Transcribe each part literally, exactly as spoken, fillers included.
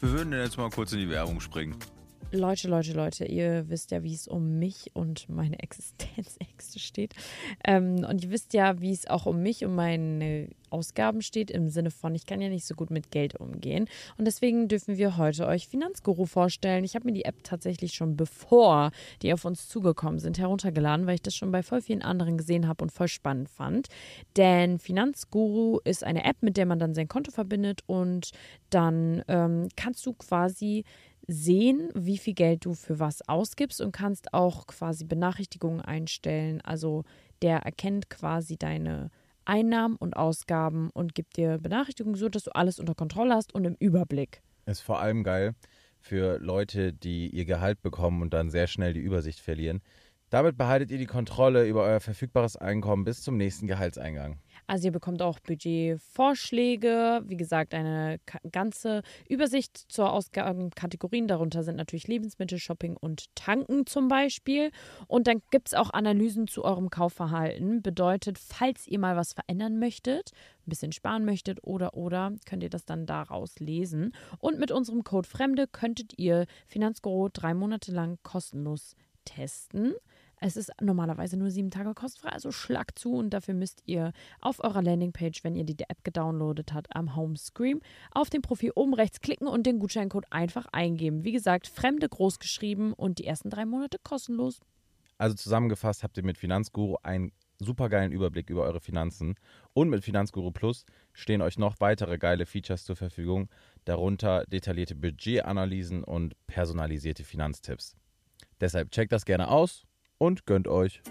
Wir würden jetzt mal kurz in die Werbung springen. Leute, Leute, Leute, ihr wisst ja, wie es um mich und meine Existenzängste steht. Ähm, und ihr wisst ja, wie es auch um mich und meine Ausgaben steht, im Sinne von, ich kann ja nicht so gut mit Geld umgehen. Und deswegen dürfen wir heute euch Finanzguru vorstellen. Ich habe mir die App tatsächlich schon, bevor die auf uns zugekommen sind, heruntergeladen, weil ich das schon bei voll vielen anderen gesehen habe und voll spannend fand. Denn Finanzguru ist eine App, mit der man dann sein Konto verbindet und dann ähm, kannst du quasi sehen, wie viel Geld du für was ausgibst und kannst auch quasi Benachrichtigungen einstellen. Also der erkennt quasi deine Einnahmen und Ausgaben und gibt dir Benachrichtigungen, so dass du alles unter Kontrolle hast und im Überblick. Ist vor allem geil für Leute, die ihr Gehalt bekommen und dann sehr schnell die Übersicht verlieren. Damit behaltet ihr die Kontrolle über euer verfügbares Einkommen bis zum nächsten Gehaltseingang. Also ihr bekommt auch Budgetvorschläge, wie gesagt, eine ka- ganze Übersicht zur Ausgabenkategorien. Darunter sind natürlich Lebensmittel, Shopping und Tanken zum Beispiel. Und dann gibt es auch Analysen zu eurem Kaufverhalten. Bedeutet, falls ihr mal was verändern möchtet, ein bisschen sparen möchtet oder oder, könnt ihr das dann daraus lesen. Und mit unserem Code Fremde könntet ihr Finanzguru drei Monate lang kostenlos testen. Es ist normalerweise nur sieben Tage kostenfrei, also schlag zu und dafür müsst ihr auf eurer Landingpage, wenn ihr die App gedownloadet habt, am Homescreen auf dem Profil oben rechts klicken und den Gutscheincode einfach eingeben. Wie gesagt, Fremde groß geschrieben und die ersten drei Monate kostenlos. Also zusammengefasst habt ihr mit Finanzguru einen supergeilen Überblick über eure Finanzen und mit Finanzguru Plus stehen euch noch weitere geile Features zur Verfügung, darunter detaillierte Budgetanalysen und personalisierte Finanztipps. Deshalb checkt das gerne aus und gönnt euch.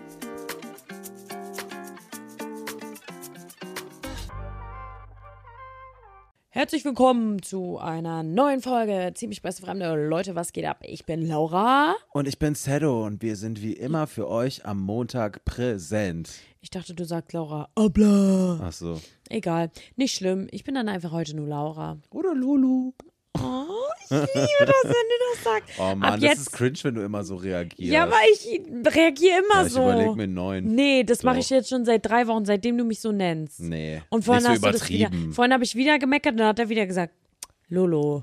Herzlich willkommen zu einer neuen Folge Ziemlich beste Fremde. Leute, was geht ab? Ich bin Laura. Und ich bin Sedo und wir sind wie immer für euch am Montag präsent. Ich dachte, du sagst Laura. Abla. Ach so. Egal, nicht schlimm. Ich bin dann einfach heute nur Laura. Oder Lulu. Oh, ich liebe das, wenn du das sagst. Oh Mann, Ab das jetzt, ist cringe, wenn du immer so reagierst. ja, aber ich reagiere immer ja, ich so. überleg mir einen neuen. Nee, das Doch. mache ich jetzt schon seit drei Wochen, seitdem du mich so nennst. Nee, Und vorhin nicht so hast du das wieder, übertrieben. vorhin habe ich wieder gemeckert und dann hat er wieder gesagt, Lolo.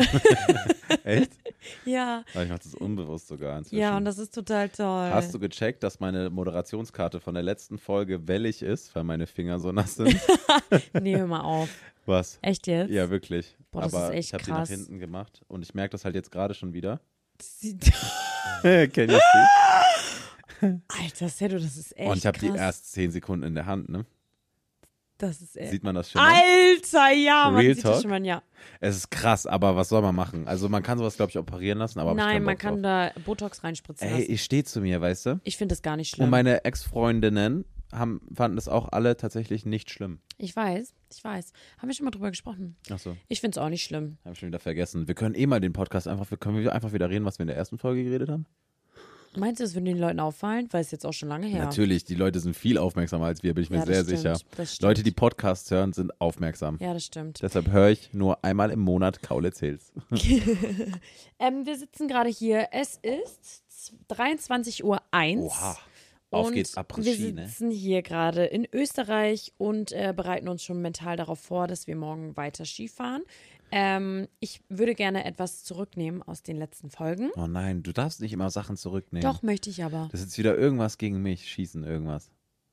Echt? Ja, Aber ich mach das unbewusst sogar inzwischen. ja, und das ist total toll. Hast du gecheckt, dass meine Moderationskarte von der letzten Folge wellig ist, weil meine Finger so nass sind? Nee, hör mal auf. Was? Echt jetzt? Ja, wirklich. Boah, das Aber ist echt ich habe die krass. nach hinten gemacht und ich merke das halt jetzt gerade schon wieder. Sie- Can you see? Alter, Sedo, das ist echt Und ich habe die krass. erst zehn Sekunden in der Hand, ne? Das ist echt. Sieht man das schon? Alter, ja, man Real sieht das Talk? schon mal, ja. Es ist krass, aber was soll man machen? Also man kann sowas, glaube ich, operieren lassen, aber hab ich Nein, keinen man Bock kann drauf. da Botox reinspritzen Ey, lassen. ich stehe zu mir, weißt du? Ich finde das gar nicht schlimm. Und meine Ex-Freundinnen haben, fanden das auch alle tatsächlich nicht schlimm. Ich weiß, ich weiß. Haben wir schon mal drüber gesprochen. Achso, Ich finde es auch nicht schlimm. habe ich schon wieder vergessen. Wir können eh mal den Podcast einfach, wir können wir einfach wieder reden, was wir in der ersten Folge geredet haben. Meinst du, es würde den Leuten auffallen? Weil es jetzt auch schon lange her. Natürlich, die Leute sind viel aufmerksamer als wir, bin ich mir Ja, das sehr stimmt, sicher. das stimmt. Leute, die Podcasts hören, sind aufmerksam. Ja, das stimmt. Deshalb höre ich nur einmal im Monat Kaulitz Hills. Ähm, wir sitzen gerade hier. Es ist dreiundzwanzig Uhr eins. Oha, auf und geht's, Après wir Ski, ne? sitzen hier gerade in Österreich und äh, bereiten uns schon mental darauf vor, dass wir morgen weiter Skifahren. Ähm, ich würde gerne etwas zurücknehmen aus den letzten Folgen. Oh nein, du darfst nicht immer Sachen zurücknehmen. Doch, möchte ich aber. Das ist jetzt wieder irgendwas gegen mich, schießen, irgendwas.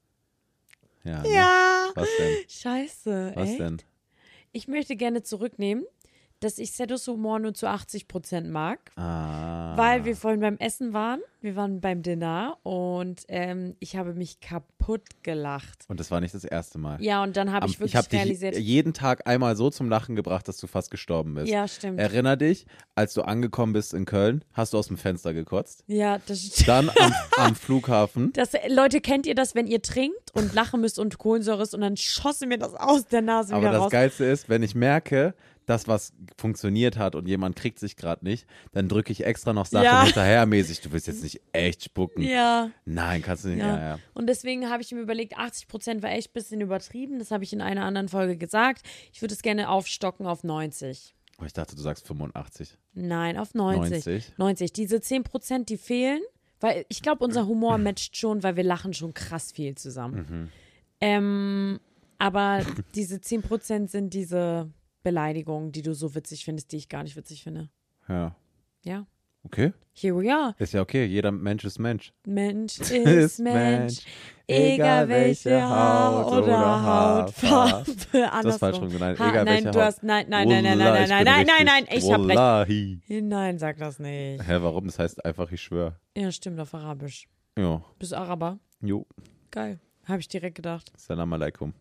Ja. Ne? Ja. Was denn? Scheiße. Was echt? denn? Ich möchte gerne zurücknehmen, dass ich Sedos Humor nur zu achtzig Prozent mag. Ah. Weil wir vorhin beim Essen waren. Wir waren beim Dinner und ähm, ich habe mich kaputt gelacht. Und das war nicht das erste Mal. Ja, und dann habe Am- ich wirklich ich habe dich realisiert. jeden Tag einmal so zum Lachen gebracht, dass du fast gestorben bist. Ja, stimmt. Erinner dich, als du angekommen bist in Köln, hast du aus dem Fenster gekotzt. Ja, das stimmt. Dann am, am Flughafen. Das, Leute, kennt ihr das, wenn ihr trinkt und lachen müsst und Kohlensäure ist und dann schosse mir das aus der Nase Aber wieder das raus? Geilste ist, wenn ich merke, dass was funktioniert hat und jemand kriegt sich gerade nicht, dann drücke ich extra noch Sachen Ja. hinterhermäßig. Du willst jetzt nicht echt spucken. Ja. Nein, kannst du nicht. Ja. Ja, ja. Und deswegen habe ich mir überlegt, achtzig Prozent war echt ein bisschen übertrieben. Das habe ich in einer anderen Folge gesagt. Ich würde es gerne aufstocken auf neunzig. Oh, ich dachte, du sagst fünfundachtzig. Nein, auf neunzig. neunzig? neunzig. Diese zehn Prozent, die fehlen, weil ich glaube, unser Humor matcht schon, weil wir lachen schon krass viel zusammen. Mhm. Ähm, aber diese zehn Prozent sind diese Beleidigungen, die du so witzig findest, die ich gar nicht witzig finde. Ja. Ja. Okay. Here we are. Ist ja okay. Jeder Mensch ist Mensch. Mensch ist Mensch. Egal welche Haut oder Hautfarbe. Das ist falsch rum genannt. Ha, Egal nein, welche du Haut. hast, nein, nein, nein, nein, nein, nein, nein, nein, nein, nein, ich hab recht. Wallahi. Nein, sag das nicht. Hä, warum? Das heißt einfach, ich schwöre. Ja, stimmt, auf Arabisch. Ja. Bist du Araber? Jo. Geil. Habe ich direkt gedacht. Salam alaikum.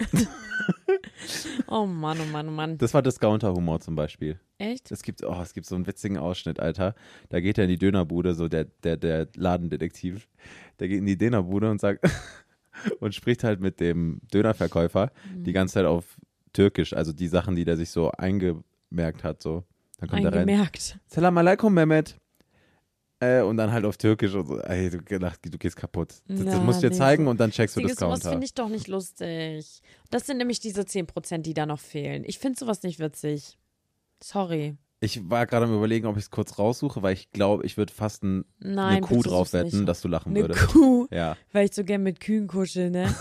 Oh Mann, oh Mann, oh Mann. Das war Discounter-Humor zum Beispiel. Echt? Es gibt, oh, es gibt so einen witzigen Ausschnitt, Alter. Da geht er in die Dönerbude, so der, der, der Ladendetektiv. Der geht in die Dönerbude und sagt und spricht halt mit dem Dönerverkäufer Mhm. die ganze Zeit auf Türkisch, also die Sachen, die der sich so eingemerkt hat, so. Dann kommt er rein. Eingemerkt. Salam alaikum, Mehmet. Äh, und dann halt auf Türkisch und so. Ey, du, du gehst kaputt. Das, das Ja, musst du dir nee, zeigen so- und dann checkst du Deswegen, sowas Discounter. finde ich doch nicht lustig. Das sind nämlich diese zehn Prozent, die da noch fehlen. Ich finde sowas nicht witzig. Sorry. Ich war gerade am Überlegen, ob ich es kurz raussuche, weil ich glaube, ich würde fast ein, Nein, eine Kuh bitte drauf such's wetten, nicht. dass du lachen Eine würdest. Kuh, Ja. weil ich so gern mit Kühen kuschel, ne?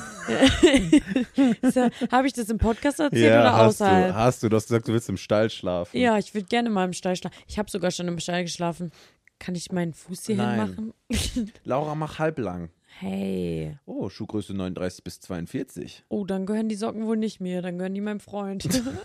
so, habe ich das im Podcast erzählt Ja, oder hast außerhalb? du. Hast du. Du hast gesagt, du willst im Stall schlafen. Ja, ich würde gerne mal im Stall schlafen. Ich habe sogar schon im Stall geschlafen. Kann ich meinen Fuß hier Nein. hinmachen? Laura, mach halblang. Hey. Oh, Schuhgröße neununddreißig bis zweiundvierzig. Oh, dann gehören die Socken wohl nicht mir. Dann gehören die meinem Freund.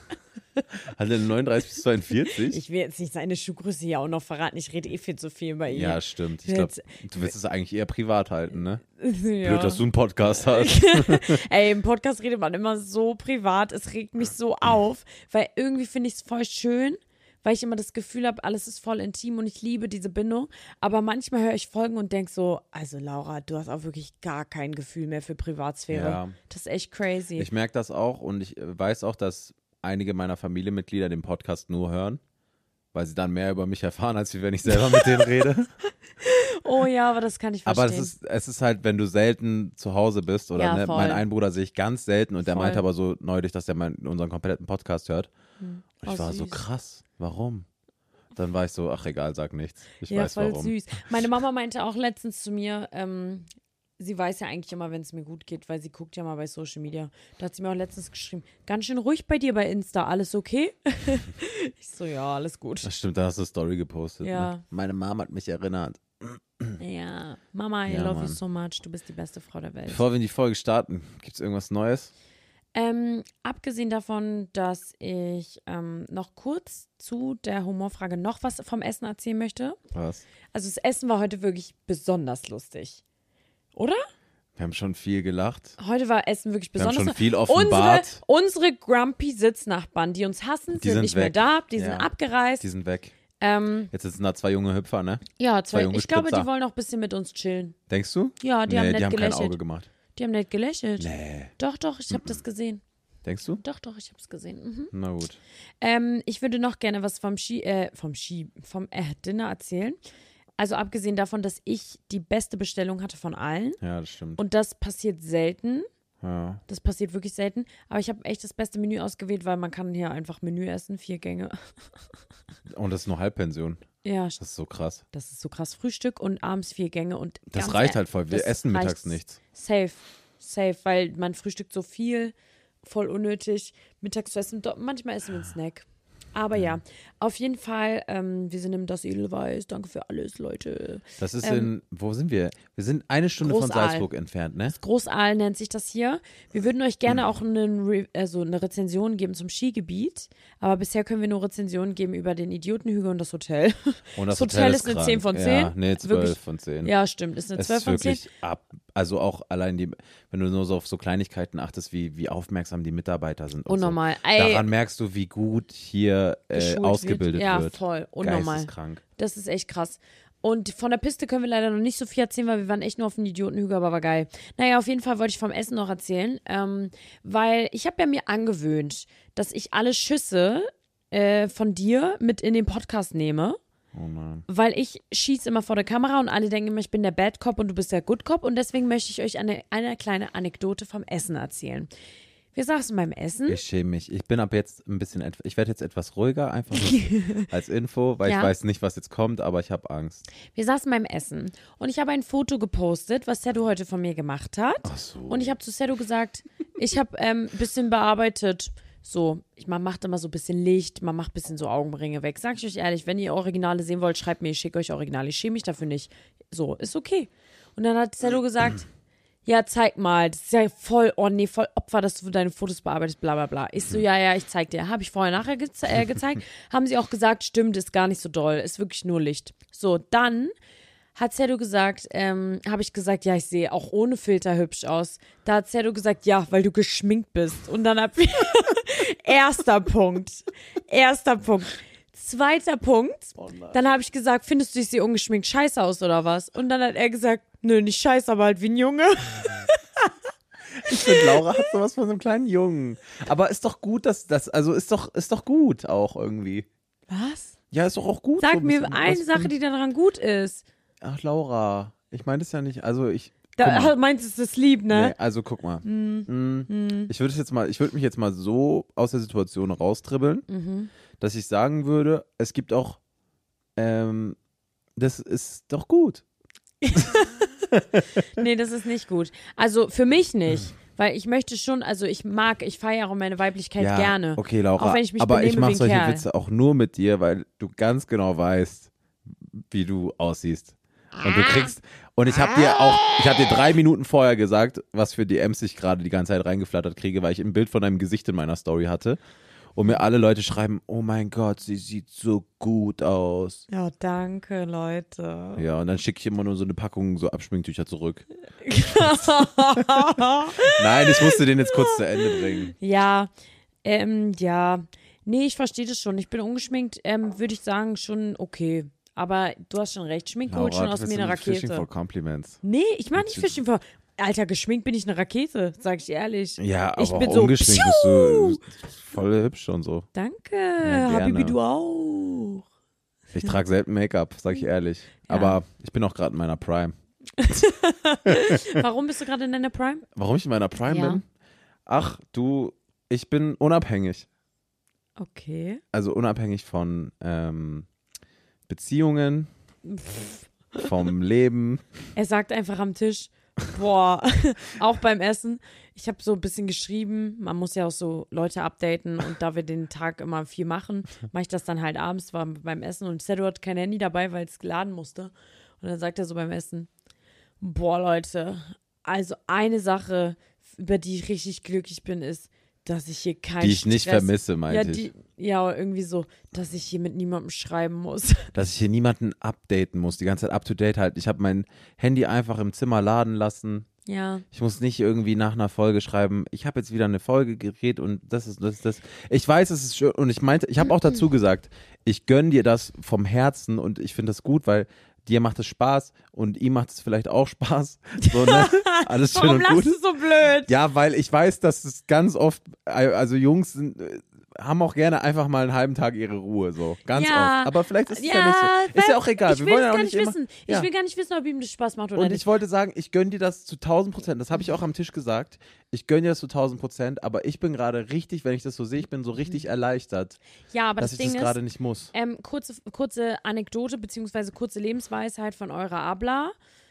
Hat er neununddreißig bis zweiundvierzig? Ich will jetzt nicht seine Schuhgröße hier auch noch verraten. Ich rede eh viel zu viel bei ihr. Ja, stimmt. Ich glaube, du willst es eigentlich eher privat halten, ne? ja. Blöd, dass du einen Podcast hast. Ey, im Podcast redet man immer so privat. Es regt mich so auf, weil irgendwie finde ich es voll schön, weil ich immer das Gefühl habe, alles ist voll intim und ich liebe diese Bindung. Aber manchmal höre ich Folgen und denke so, also Laura, du hast auch wirklich gar kein Gefühl mehr für Privatsphäre. Ja. Das ist echt crazy. Ich merke das auch und ich äh, weiß auch, dass einige meiner Familienmitglieder den Podcast nur hören, weil sie dann mehr über mich erfahren, als wenn ich selber mit denen rede. oh ja, aber das kann ich verstehen. Aber es ist, es ist halt, wenn du selten zu Hause bist oder Ja, ne, voll. mein einen Bruder sehe ich ganz selten und der Voll. meinte aber so neulich, dass der mein, unseren kompletten Podcast hört. Und ich Oh, war so süß. krass, warum? Dann war ich so, ach egal, sag nichts. Ich ja, weiß voll warum. süß. Meine Mama meinte auch letztens zu mir, ähm, sie weiß ja eigentlich immer, wenn es mir gut geht, weil sie guckt ja mal bei Social Media. Da hat sie mir auch letztens geschrieben, ganz schön ruhig bei dir bei Insta, alles okay? ich so, ja, alles gut. Das stimmt, da hast du eine Story gepostet. Ja. Ne? Meine Mom hat mich erinnert. Ja, Mama, I Ja, love Mann. you so much, du bist die beste Frau der Welt. Bevor wir in die Folge starten, gibt es irgendwas Neues? Ähm, abgesehen davon, dass ich ähm, noch kurz zu der Humorfrage noch was vom Essen erzählen möchte. Was? Also das Essen war heute wirklich besonders lustig. Oder? Wir haben schon viel gelacht. Heute war Essen wirklich Wir haben besonders. schon viel unsere, offenbart. unsere grumpy Sitznachbarn, die uns hassen, Die sind sind nicht mehr weg. da, die Ja. sind abgereist. Die sind weg. ähm, Jetzt sitzen da zwei junge Hüpfer, ne? ja, zwei zwei, junge ich glaube, Spitzer. die wollen noch ein bisschen mit uns chillen. Denkst du? Ja, die nee, haben nett die haben kein gelächelt. Auge gemacht. Die haben nett gelächelt. Nee. Doch, doch, ich habe das gesehen. Denkst du? Doch, doch, ich habe es gesehen. Mhm. Na gut. Ähm, ich würde noch gerne was vom Ski, äh, vom Ski, vom äh, Dinner erzählen. Also abgesehen davon, dass ich die beste Bestellung hatte von allen. Ja, das stimmt. Und das passiert selten. Ja. Das passiert wirklich selten. Aber ich habe echt das beste Menü ausgewählt, weil man kann hier einfach Menü essen, vier Gänge. Und das ist nur Halbpension. Ja, Das ist so krass. das ist so krass. Frühstück und abends vier Gänge. Und Das ganz reicht ehr- halt voll. Wir das essen mittags reicht nichts. Safe, safe, weil man frühstückt so viel, voll unnötig, mittags zu essen. Doch, manchmal essen wir einen Snack. Aber ja, auf jeden Fall, ähm, wir sind im Das Edelweiß. Danke für alles, Leute. Das ist Ähm, in, wo sind wir? Wir sind eine Stunde von Großaal. Salzburg entfernt, ne? Großaal nennt sich das hier. Wir würden euch gerne auch einen Re also eine Rezension geben zum Skigebiet, aber bisher können wir nur Rezensionen geben über den Idiotenhügel und das Hotel. Und das, Das Hotel ist eine krank. zehn von zehn. Ja, nee, zwölf Wirklich. von zehn. Ja, stimmt, ist eine Es zwölf ist von zehn. wirklich ab. Also auch allein die, wenn du nur so auf so Kleinigkeiten achtest, wie, wie aufmerksam die Mitarbeiter sind. Und Unnormal. So. Ey, Daran merkst du, wie gut hier äh, geschult ausgebildet wird. wird. Ja, voll, unnormal. Geisteskrank. Das ist echt krass. Und von der Piste können wir leider noch nicht so viel erzählen, weil wir waren echt nur auf dem Idiotenhügel, aber war geil. Naja, auf jeden Fall wollte ich vom Essen noch erzählen, ähm, weil ich habe ja mir angewöhnt, dass ich alle Schüsse äh, von dir mit in den Podcast nehme. Oh nein. Weil ich schieße immer vor der Kamera und alle denken immer, ich bin der Bad Cop und du bist der Good Cop. Und deswegen möchte ich euch eine, eine kleine Anekdote vom Essen erzählen. Wir saßen beim Essen. Ich schäme mich. Ich bin ab jetzt ein bisschen, et- ich werde jetzt etwas ruhiger, einfach nur als Info, weil Ja. ich weiß nicht, was jetzt kommt, aber ich habe Angst. Wir saßen beim Essen und ich habe ein Foto gepostet, was Sedo heute von mir gemacht hat. Ach so. Und ich habe zu Sedo gesagt, ich habe ein ähm, bisschen bearbeitet. So, ich, man macht immer so ein bisschen Licht, man macht ein bisschen so Augenringe weg. Sag ich euch ehrlich, wenn ihr Originale sehen wollt, schreibt mir, ich schicke euch Originale. Ich schäme mich dafür nicht. So, ist okay. Und dann hat Zello gesagt, ja, zeig mal, das ist ja voll, oh nee, voll Opfer, dass du deine Fotos bearbeitest, bla bla bla. Ich so, ja, ja, ich zeig dir. Habe ich vorher nachher geze äh, gezeigt. Haben sie auch gesagt, stimmt, ist gar nicht so doll, ist wirklich nur Licht. So, dann hat Zello gesagt, ähm, habe ich gesagt, ja, ich sehe auch ohne Filter hübsch aus. Da hat Zello gesagt, ja, weil du geschminkt bist. Und dann hab ich, erster Punkt, erster Punkt. Zweiter Punkt, oh dann habe ich gesagt, findest du, ich sehe ungeschminkt scheiße aus oder was? Und dann hat er gesagt, nö, nicht scheiße, aber halt wie ein Junge. Ich finde, Laura hat sowas von so einem kleinen Jungen. Aber ist doch gut, dass das, also ist doch, ist doch gut auch irgendwie. Was? Ja, ist doch auch gut. Sag so ein mir bisschen, eine was Sache, find- die daran gut ist. Ach, Laura, ich meine das ja nicht, also ich. Da guck mal. meinst du, es ist lieb, ne? Nee, also guck mal. Mm. Mm, Mm. Ich würde jetzt mal, ich würde mich jetzt mal so aus der Situation raustribbeln, Mhm. dass ich sagen würde, es gibt auch, ähm, das ist doch gut. Nee, das ist nicht gut. Also für mich nicht. Weil ich möchte schon, also ich mag, ich feiere auch meine Weiblichkeit Ja, gerne. okay, Laura, Auch wenn ich mich aber ich benehme mache wie ein solche Kerl. Witze auch nur mit dir, weil du ganz genau weißt, wie du aussiehst. Und du kriegst, und ich habe dir auch, ich habe dir drei Minuten vorher gesagt, was für D Ms ich gerade die ganze Zeit reingeflattert kriege, weil ich ein Bild von deinem Gesicht in meiner Story hatte. Und mir alle Leute schreiben, oh mein Gott, sie sieht so gut aus. Ja, danke, Leute. Ja, und dann schicke ich immer nur so eine Packung so Abschminktücher zurück. Nein, ich musste den jetzt kurz zu Ende bringen. Ja, ähm, ja. Nee, ich verstehe das schon. Ich bin ungeschminkt, ähm, würde ich sagen, schon okay. Aber du hast schon recht, Schminke holt schon Laura, aus du mir bist eine so Fishing for Rakete. Compliments. Nee, ich meine nicht Fishing for... Alter, geschminkt bin ich eine Rakete, sag ich ehrlich. Ja, aber ich auch bin so, ungeschminkt bist du voll hübsch und so. Danke, Ja, Habibi, gerne. du auch. Ich trage selten Make-up, sag ich ehrlich. Ja. Aber ich bin auch gerade in meiner Prime. Warum bist du gerade in deiner Prime? Warum ich in meiner Prime Ja. bin? Ach, du, ich bin unabhängig. Okay. Also unabhängig von ähm, Beziehungen, vom Leben. Er sagt einfach am Tisch, boah, auch beim Essen. Ich habe so ein bisschen geschrieben, man muss ja auch so Leute updaten und da wir den Tag immer viel machen, mache ich das dann halt abends war beim Essen und Sedo hat kein Handy dabei, weil es geladen musste. Und dann sagt er so beim Essen, boah Leute, also eine Sache, über die ich richtig glücklich bin, ist, dass ich hier keinen Die ich nicht Stress, vermisse, meinte ja, ich. die, ja, irgendwie so, dass ich hier mit niemandem schreiben muss. Dass ich hier niemanden updaten muss, die ganze Zeit up-to-date halt. Ich habe mein Handy einfach im Zimmer laden lassen. Ja. Ich muss nicht irgendwie nach einer Folge schreiben, ich habe jetzt wieder eine Folge gedreht und das ist das, ist das. Ich weiß, es ist schön und ich meinte, ich habe auch dazu gesagt, ich gönne dir das vom Herzen und ich finde das gut, weil dir macht es Spaß und ihm macht es vielleicht auch Spaß. So, ne? Alles schön Warum und lachst gut. du so blöd? Ja, weil ich weiß, dass es ganz oft, also Jungs sind, äh, haben auch gerne einfach mal einen halben Tag ihre Ruhe, so. Ganz Ja. oft. Aber vielleicht ist es ja, Ja, nicht so. Ist ja auch egal. Ich Wir will wollen es ja auch gar nicht nicht immer, wissen. ja. Ich will gar nicht wissen, ob ihm das Spaß macht oder Und nicht. ich wollte sagen, ich gönne dir das zu tausend Prozent. Das habe ich auch am Tisch gesagt. Ich gönne dir das zu tausend Prozent, aber ich bin gerade richtig, wenn ich das so sehe, ich bin so richtig erleichtert, ja, aber dass das ich das Ding gerade ist, nicht muss. ähm, kurze, kurze Anekdote beziehungsweise kurze Lebensweisheit von eurer Abla.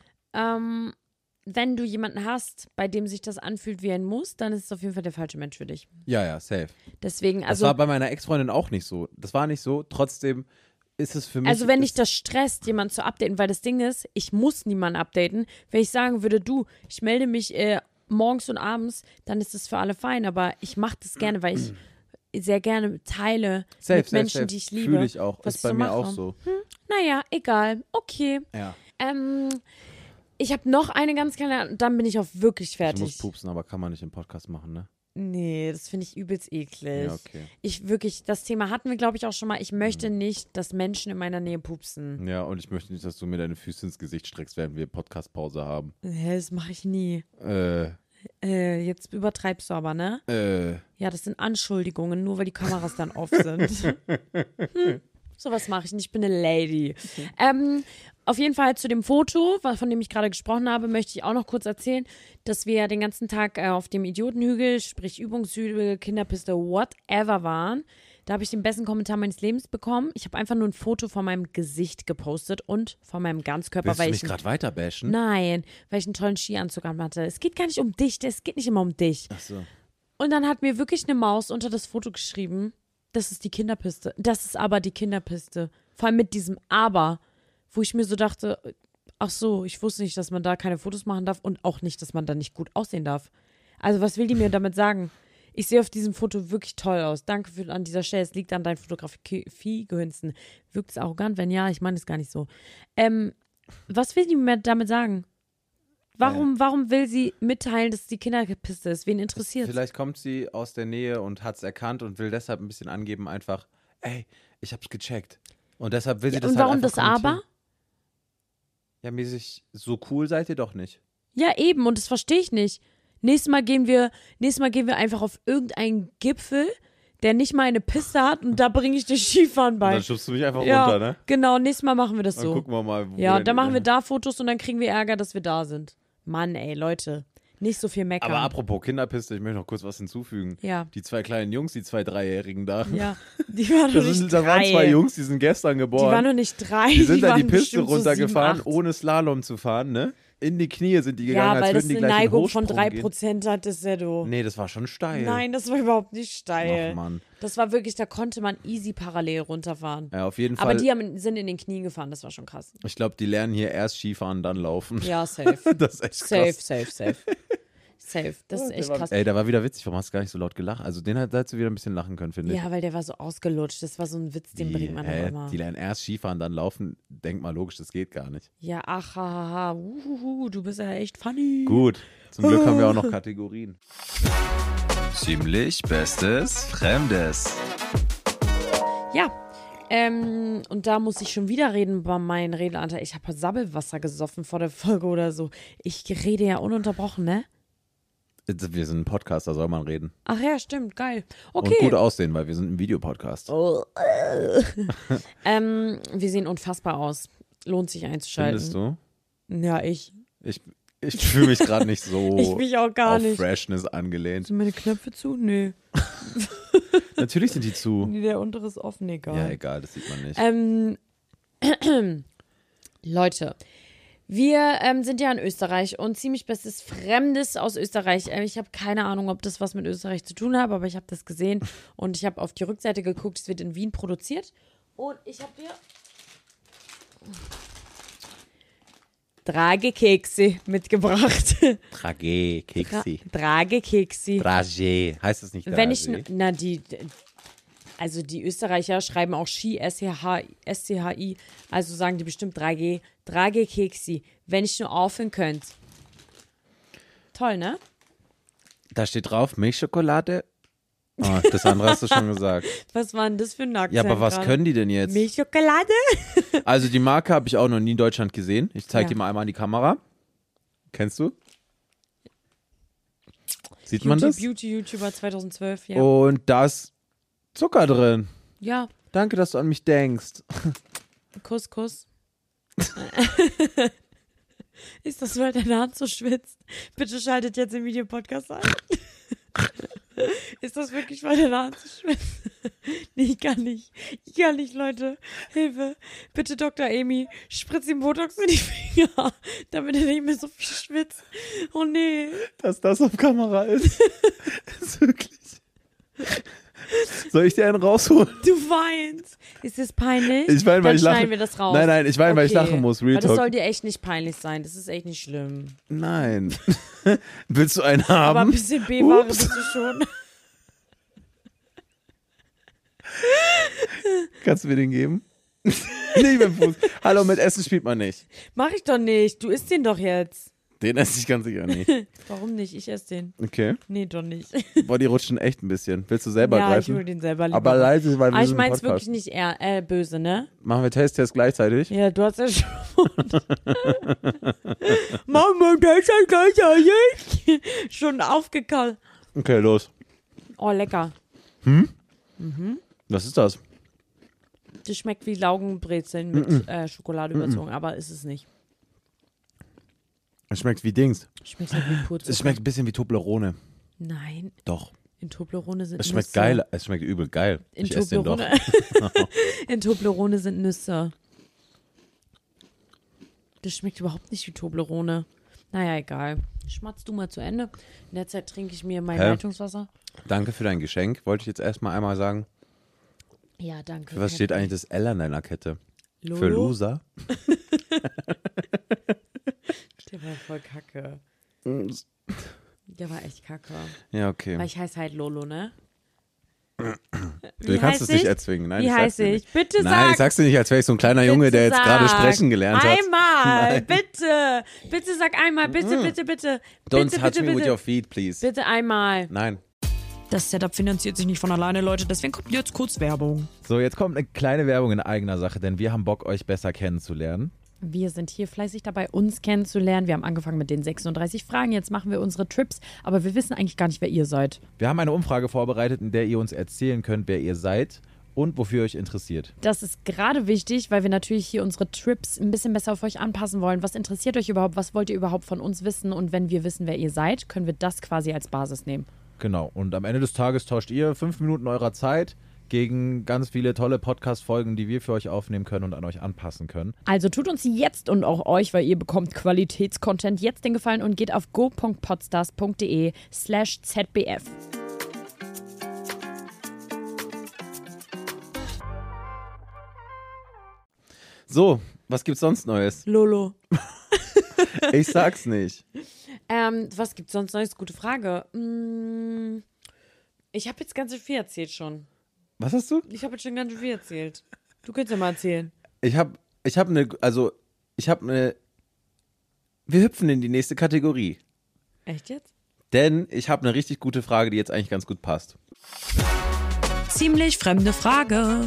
Ähm, wenn du jemanden hast, bei dem sich das anfühlt wie ein Muss, dann ist es auf jeden Fall der falsche Mensch für dich. Ja, ja, safe. Deswegen, Das also, war bei meiner Ex-Freundin auch nicht so. Das war nicht so. Trotzdem ist es für mich. also wenn dich ist- das stresst, jemanden zu updaten, weil das Ding ist, ich muss niemanden updaten. Wenn ich sagen würde, du, ich melde mich äh, morgens und abends, dann ist das für alle fein. Aber ich mache das gerne, weil ich sehr gerne teile safe, mit safe, Menschen, safe. die ich liebe. Fühle ich auch. was Ist ich bei so mir mache. auch so. Naja, egal. Okay. Ja. Ähm, ich habe noch eine ganz kleine, und dann bin ich auch wirklich Ich muss fertig. pupsen, aber kann man nicht im Podcast machen, ne? Nee, das finde ich übelst eklig. Ja, okay. Ich wirklich, das Thema hatten wir, glaube ich, auch schon mal. Ich möchte nicht, dass Menschen in meiner Nähe pupsen. Ja, und ich möchte nicht, dass du mir deine Füße ins Gesicht streckst, während wir Podcast-Pause haben. Hä, das mache ich nie. Äh, Äh, jetzt übertreibst du aber, ne? äh. Ja, das sind Anschuldigungen, nur weil die Kameras dann off sind. hm, sowas mache ich nicht, ich bin eine Lady. Ähm, auf jeden Fall zu dem Foto, von dem ich gerade gesprochen habe, möchte ich auch noch kurz erzählen, dass wir den ganzen Tag äh, auf dem Idiotenhügel, sprich Übungshügel, Kinderpiste, whatever waren. Da habe ich den besten Kommentar meines Lebens bekommen. Ich habe einfach nur ein Foto von meinem Gesicht gepostet und von meinem Ganzkörper, Willst weil du ich mich gerade weiter bashen? Nein, weil ich einen tollen Skianzug anhatte. Es geht gar nicht um dich, es geht nicht immer um dich. Ach so. Und dann hat mir wirklich eine Maus unter das Foto geschrieben, das ist die Kinderpiste. Das ist aber die Kinderpiste. Vor allem mit diesem Aber, wo ich mir so dachte, ach so, ich wusste nicht, dass man da keine Fotos machen darf und auch nicht, dass man da nicht gut aussehen darf. Also was will die mir damit sagen? Ich sehe auf diesem Foto wirklich toll aus. Danke für an dieser Stelle. Es liegt an deinen Fotografie-Gehünsten. Wirkt es arrogant? Wenn ja, ich meine es gar nicht so. Ähm, was will die mir damit sagen? Warum, warum will sie mitteilen, dass es die Kinderpiste ist? Wen interessiert es? Vielleicht kommt sie aus der Nähe und hat es erkannt und will deshalb ein bisschen angeben, einfach, ey, ich hab's gecheckt. Und deshalb will sie Ja, das und halt warum einfach das Aber? Ja, mäßig, so cool seid ihr doch nicht. Ja, eben, und das verstehe ich nicht. Nächstes Mal gehen wir, nächstes Mal gehen wir einfach auf irgendeinen Gipfel, der nicht mal eine Piste hat und da bringe ich dir Skifahren bei. Und dann schubst du mich einfach ja, runter, ne? Genau, nächstes Mal machen wir das Dann so. gucken wir mal, wo Ja, denn- dann machen wir da Fotos und dann kriegen wir Ärger, dass wir da sind. Mann, ey, Leute, nicht so viel meckern. Aber apropos Kinderpiste, ich möchte noch kurz was hinzufügen. Ja. Die zwei kleinen Jungs, die zwei Dreijährigen da. Ja, die waren noch Das, nicht sind, das drei. waren zwei Jungs, die sind gestern Die geboren. waren noch nicht drei. Die sind da waren die Piste bestimmt so runtergefahren, sieben, acht. ohne Slalom zu fahren, ne? In die Knie sind die gegangen, Ja, als weil das würden die eine gleich in Neigung von Hochsprung drei gehen. Prozent hat, das ist ja doof. Nee, das war schon steil. Nein, das war überhaupt nicht steil. Ach, Mann. Das war wirklich, da konnte man easy parallel runterfahren. Ja, auf jeden Fall. Aber die haben, sind in den Knien gefahren, das war schon krass. Ich glaube, die lernen hier erst Skifahren, dann laufen. Ja, safe. Das ist echt Safe, krass. safe, safe. Safe, das ist echt krass. Ey, der war wieder witzig. Warum hast du gar nicht so laut gelacht? Also den hat, da hättest du wieder ein bisschen lachen können, finde ich. Ja, weil der war so ausgelutscht. Das war so ein Witz, den Die, bringt man äh, doch immer. die lernen erst Skifahren, dann laufen. Denk mal logisch, das geht gar nicht. Ja, ach, hahaha, uhuhu, du bist ja echt funny. Gut, zum Glück haben wir auch noch Kategorien. Ziemlich Bestes Fremdes. Ja, ähm, und da muss ich schon wieder reden bei meinem Redeanteil. Ich habe Sabbelwasser gesoffen vor der Folge oder so. Ich rede ja ununterbrochen, ne? Wir sind ein Podcast, da soll man reden. Ach ja, stimmt, geil. Und Okay. gut aussehen, weil wir sind ein Videopodcast. Oh, äh. ähm, wir sehen unfassbar aus. Lohnt sich einzuschalten. Findest du? Ja, ich. Ich, ich fühle mich gerade nicht so Ich mich auch gar auf nicht. Freshness angelehnt. Sind meine Knöpfe zu? Nö. Natürlich sind die zu. Nee, der untere ist offen, egal. Ja, egal, das sieht man nicht. Ähm, Leute, wir ähm, sind ja in Österreich und ziemlich bestes Fremdes aus Österreich. Ähm, ich habe keine Ahnung, ob das was mit Österreich zu tun hat, aber ich habe das gesehen und ich habe auf die Rückseite geguckt. Es wird in Wien produziert und ich habe hier Tragekekse mitgebracht. Tragé, Keksi. Tragekekse. Dragé. Heißt das nicht Dragé? Wenn ich, na, die, also die Österreicher schreiben auch Ski, S C H I, also sagen die bestimmt drei G, Tragekexi, wenn ich nur aufhören könnte. Toll, ne? Da steht drauf Milchschokolade. Oh, das andere hast du schon gesagt. Was war denn das für ein Akzent Ja, aber was gerade? können die denn jetzt? Milchschokolade? Also die Marke habe ich auch noch nie in Deutschland gesehen. Ich zeige Ja. dir mal einmal an die Kamera. Kennst du? Sieht man das? Beauty-YouTuber zweitausendzwölf, ja. Und da ist Zucker drin. Ja, Danke, dass du an mich denkst. Kuss, Kuss. Ist das, weil deine Hand so schwitzt? Bitte schaltet jetzt den Videopodcast ein. Ist das wirklich, weil deine Hand so schwitzt? Nee, ich kann nicht. Ich kann nicht, Leute. Hilfe. Bitte, Doktor Amy, spritz ihm Botox in die Finger, damit er nicht mehr so viel schwitzt. Oh nee. Dass das auf Kamera ist. ist wirklich. Soll ich dir einen rausholen? Du weinst. Ist das peinlich? Ich weine, weil Dann ich lache. schneiden wir das raus. Nein, nein, ich weine, weil ich Okay. lachen muss. Real Weil das Talk. soll dir echt nicht peinlich sein. Das ist echt nicht schlimm. Nein. Willst du einen haben? Aber ein bisschen B-Ware Ups. bist du schon. Kannst du mir den geben? Nicht mit dem Fuß. Hallo, mit Essen spielt man nicht. Mach ich doch nicht. Du isst den doch jetzt. Den esse ich ganz sicher nicht. Warum nicht? Ich esse den. Okay. Nee, doch nicht. Boah, die rutschen echt ein bisschen. Willst du selber ja, ich greifen? hol den selber lieber. Aber leise, weil wir Aber ich sind im mein's Podcast. wirklich nicht eher, äh, böse, ne? Machen wir Taste-Test gleichzeitig? Ja, du hast ja schon. Mama, das ist ja gleichzeitig. Schon aufgekalt. Okay, los. Oh, lecker. Was ist das? Das schmeckt wie Laugenbrezeln mit äh, Schokolade überzogen, aber ist es nicht. Es schmeckt wie Dings. Schmeckt halt wie Purzucker. Es schmeckt ein bisschen wie Toblerone. Nein, Doch. in Toblerone sind Es schmeckt Nüsse. geil. Es schmeckt übel geil. In ich esse den doch. Toblerone. In Toblerone sind Nüsse. Das schmeckt überhaupt nicht wie Toblerone. Naja, egal. Schmatzt du mal zu Ende. In der Zeit trinke ich mir mein Hä? Leitungswasser. Danke für dein Geschenk, wollte ich jetzt erstmal einmal sagen. Ja, danke. Für was steht eigentlich das L an deiner Kette? Lolo? Für Loser? Der war voll kacke. Der war echt kacke. Ja, okay. Weil ich heiße halt Lolo, ne? Du kannst es nicht erzwingen. Nein, Wie ich sag's heiße dir ich? nicht. Bitte sag. Nein, ich sag's dir nicht, als wäre ich so ein kleiner Junge, der jetzt sag. gerade sprechen gelernt hat. Einmal, bitte. Bitte sag einmal, bitte, bitte, bitte. Don't bitte, touch bitte, me bitte. with your feet, please. Bitte einmal. Nein. Das Setup finanziert sich nicht von alleine, Leute, deswegen kommt jetzt kurz Werbung. So, jetzt kommt eine kleine Werbung in eigener Sache, denn wir haben Bock, euch besser kennenzulernen. Wir sind hier fleißig dabei, uns kennenzulernen. Wir haben angefangen mit den sechsunddreißig Fragen. Jetzt machen wir unsere Trips, aber wir wissen eigentlich gar nicht, wer ihr seid. Wir haben eine Umfrage vorbereitet, in der ihr uns erzählen könnt, wer ihr seid und wofür ihr euch interessiert. Das ist gerade wichtig, weil wir natürlich hier unsere Trips ein bisschen besser auf euch anpassen wollen. Was interessiert euch überhaupt? Was wollt ihr überhaupt von uns wissen? Und wenn wir wissen, wer ihr seid, können wir das quasi als Basis nehmen. Genau, und am Ende des Tages tauscht ihr fünf Minuten eurer Zeit gegen ganz viele tolle Podcast-Folgen, die wir für euch aufnehmen können und an euch anpassen können. Also tut uns jetzt und auch euch, weil ihr bekommt Qualitätscontent, jetzt den Gefallen und geht auf go.podstars.de slash zbf. So, was gibt's sonst Neues? Lolo. Ich sag's nicht. Ähm, was gibt's sonst Neues? Gute Frage. Hm, ich habe jetzt ganz schön viel erzählt schon. Was hast du? Ich habe jetzt schon ganz schön viel erzählt. Du könntest ja mal erzählen. Ich hab, ich hab eine, also, ich hab eine, wir hüpfen in die nächste Kategorie. Echt jetzt? Denn ich habe eine richtig gute Frage, die jetzt eigentlich ganz gut passt. Ziemlich fremde Frage.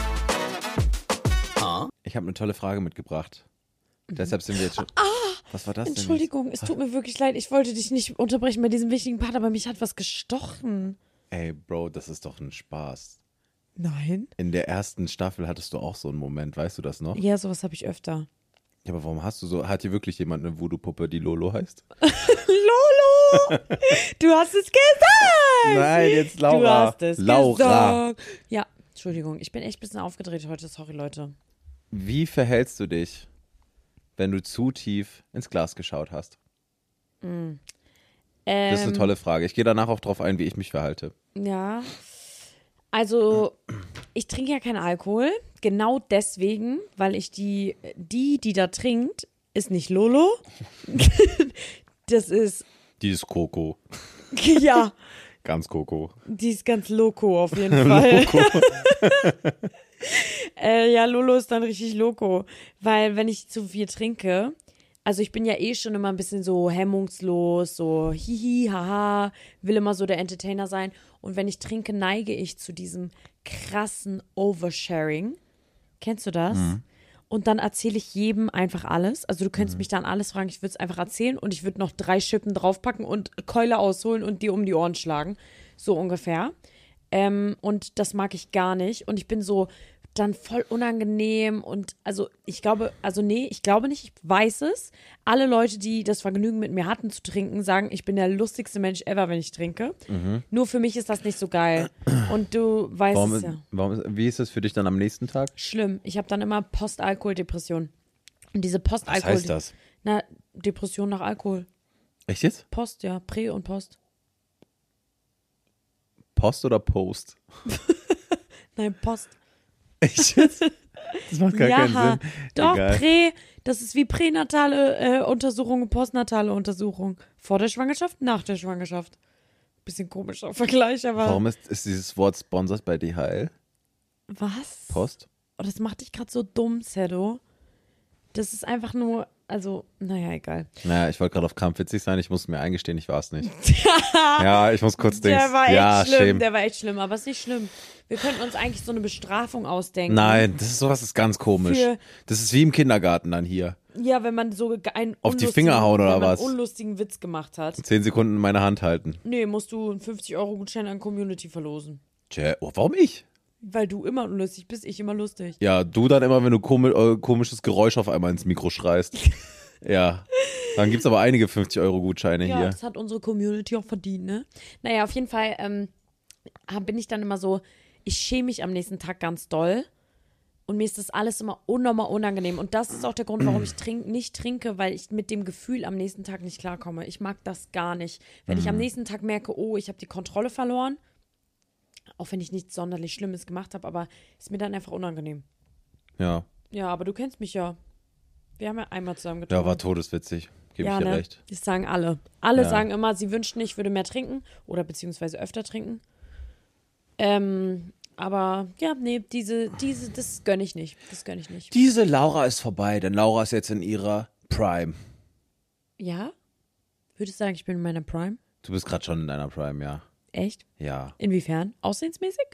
Ich habe eine tolle Frage mitgebracht. Deshalb sind wir jetzt schon... Was war das denn? Entschuldigung, es tut mir wirklich leid. Ich wollte dich nicht unterbrechen bei diesem wichtigen Part, aber mich hat was gestochen. Ey, Bro, das ist doch ein Spaß. Nein? In der ersten Staffel hattest du auch so einen Moment, weißt du das noch? Ja, sowas habe ich öfter. Ja, aber warum hast du so... Hat hier wirklich jemand eine Voodoo-Puppe, die Lolo heißt? Lolo! Du hast es gesagt! Nein, jetzt Laura. Du hast es Laura. gesagt. Ja, Entschuldigung, ich bin echt ein bisschen aufgedreht heute. Sorry, Leute. Wie verhältst du dich, wenn du zu tief ins Glas geschaut hast? Ähm, Das ist eine tolle Frage. Ich gehe danach auch drauf ein, wie ich mich verhalte. Ja, also ich trinke ja keinen Alkohol. Genau deswegen, weil ich die, die, die da trinkt, ist nicht Lolo. Das ist, Die ist Coco. ja, Ganz Coco. die ist ganz loco auf jeden Fall. äh, ja, Lolo ist dann richtig loco, weil wenn ich zu viel trinke, also ich bin ja eh schon immer ein bisschen so hemmungslos, so hihi, haha, will immer so der Entertainer sein. Und wenn ich trinke, neige ich zu diesem krassen Oversharing. Kennst du das? Mhm. Und dann erzähle ich jedem einfach alles. Also du könntest mich dann alles fragen, ich würde es einfach erzählen und ich würde noch drei Schippen draufpacken und Keule ausholen und dir um die Ohren schlagen. So ungefähr. Ähm, und das mag ich gar nicht. Und ich bin so dann voll unangenehm und also ich glaube, also nee, ich glaube nicht, ich weiß es. Alle Leute, die das Vergnügen mit mir hatten zu trinken, sagen, ich bin der lustigste Mensch ever, wenn ich trinke. Mhm. Nur für mich ist das nicht so geil. Und du weißt Warum, es ja. warum, ist- wie ist es für dich dann am nächsten Tag? Schlimm. Ich habe dann immer Postalkoholdepression. Und diese Was Postalkohol. heißt das? Na, Depression nach Alkohol. Echt jetzt? Post, ja. Prä und Post. Post oder Post? Nein, Post. Echt jetzt? Das macht gar ja, keinen Sinn. doch, Egal. Prä, das ist wie pränatale äh, Untersuchung und postnatale Untersuchung. Vor der Schwangerschaft, nach der Schwangerschaft. Bisschen komischer Vergleich, aber. Warum ist, ist dieses Wort sponsored bei D H L? Was? Post? Oh, das macht dich gerade so dumm, Sedo. Das ist einfach nur, also, naja, egal. Naja, ich wollte gerade auf Krampf witzig sein, ich muss mir eingestehen, ich war es nicht. Ja, ich muss kurz denken. Der war echt ja, schlimm, shame. der war echt schlimm, aber ist nicht schlimm. Wir könnten uns eigentlich so eine Bestrafung ausdenken. Nein, das ist sowas ist ganz komisch. Für- Das ist wie im Kindergarten dann hier. Ja, wenn man so einen Auf die unlustigen- Finger hauen oder wenn man was? einen unlustigen Witz gemacht hat. Zehn Sekunden in meine Hand halten. Nee, musst du einen fünfzig-Euro-Gutschein an Community verlosen. Tja, oh, warum ich? Weil du immer unlustig bist, ich immer lustig. Ja, du dann immer, wenn du komi äh, komisches Geräusch auf einmal ins Mikro schreist. Ja, dann gibt's aber einige fünfzig-Euro-Gutscheine Ja, hier. das hat unsere Community auch verdient, ne? Naja, auf jeden Fall ähm, bin ich dann immer so, ich schäme mich am nächsten Tag ganz doll. Und mir ist das alles immer unnormal unangenehm. Und das ist auch der Grund, warum ich trink, nicht trinke, weil ich mit dem Gefühl am nächsten Tag nicht klarkomme. Ich mag das gar nicht. Wenn ich am nächsten Tag merke, oh, ich habe die Kontrolle verloren, auch wenn ich nichts sonderlich Schlimmes gemacht habe, aber ist mir dann einfach unangenehm. Ja. Ja, aber du kennst mich ja. Wir haben ja einmal zusammen getrunken. Ja, war todeswitzig. Gebe ja, ich dir ne? recht. Das sagen alle. Alle Ja. sagen immer, sie wünschten, ich würde mehr trinken oder beziehungsweise öfter trinken. Ähm, aber ja, nee, diese, diese, das gönne ich nicht. Das gönne ich nicht. Diese Laura ist vorbei, denn Laura ist jetzt in ihrer Prime. Ja? Würdest du sagen, ich bin in meiner Prime? Du bist gerade schon in deiner Prime, ja. Echt? Ja. Inwiefern? Aussehensmäßig?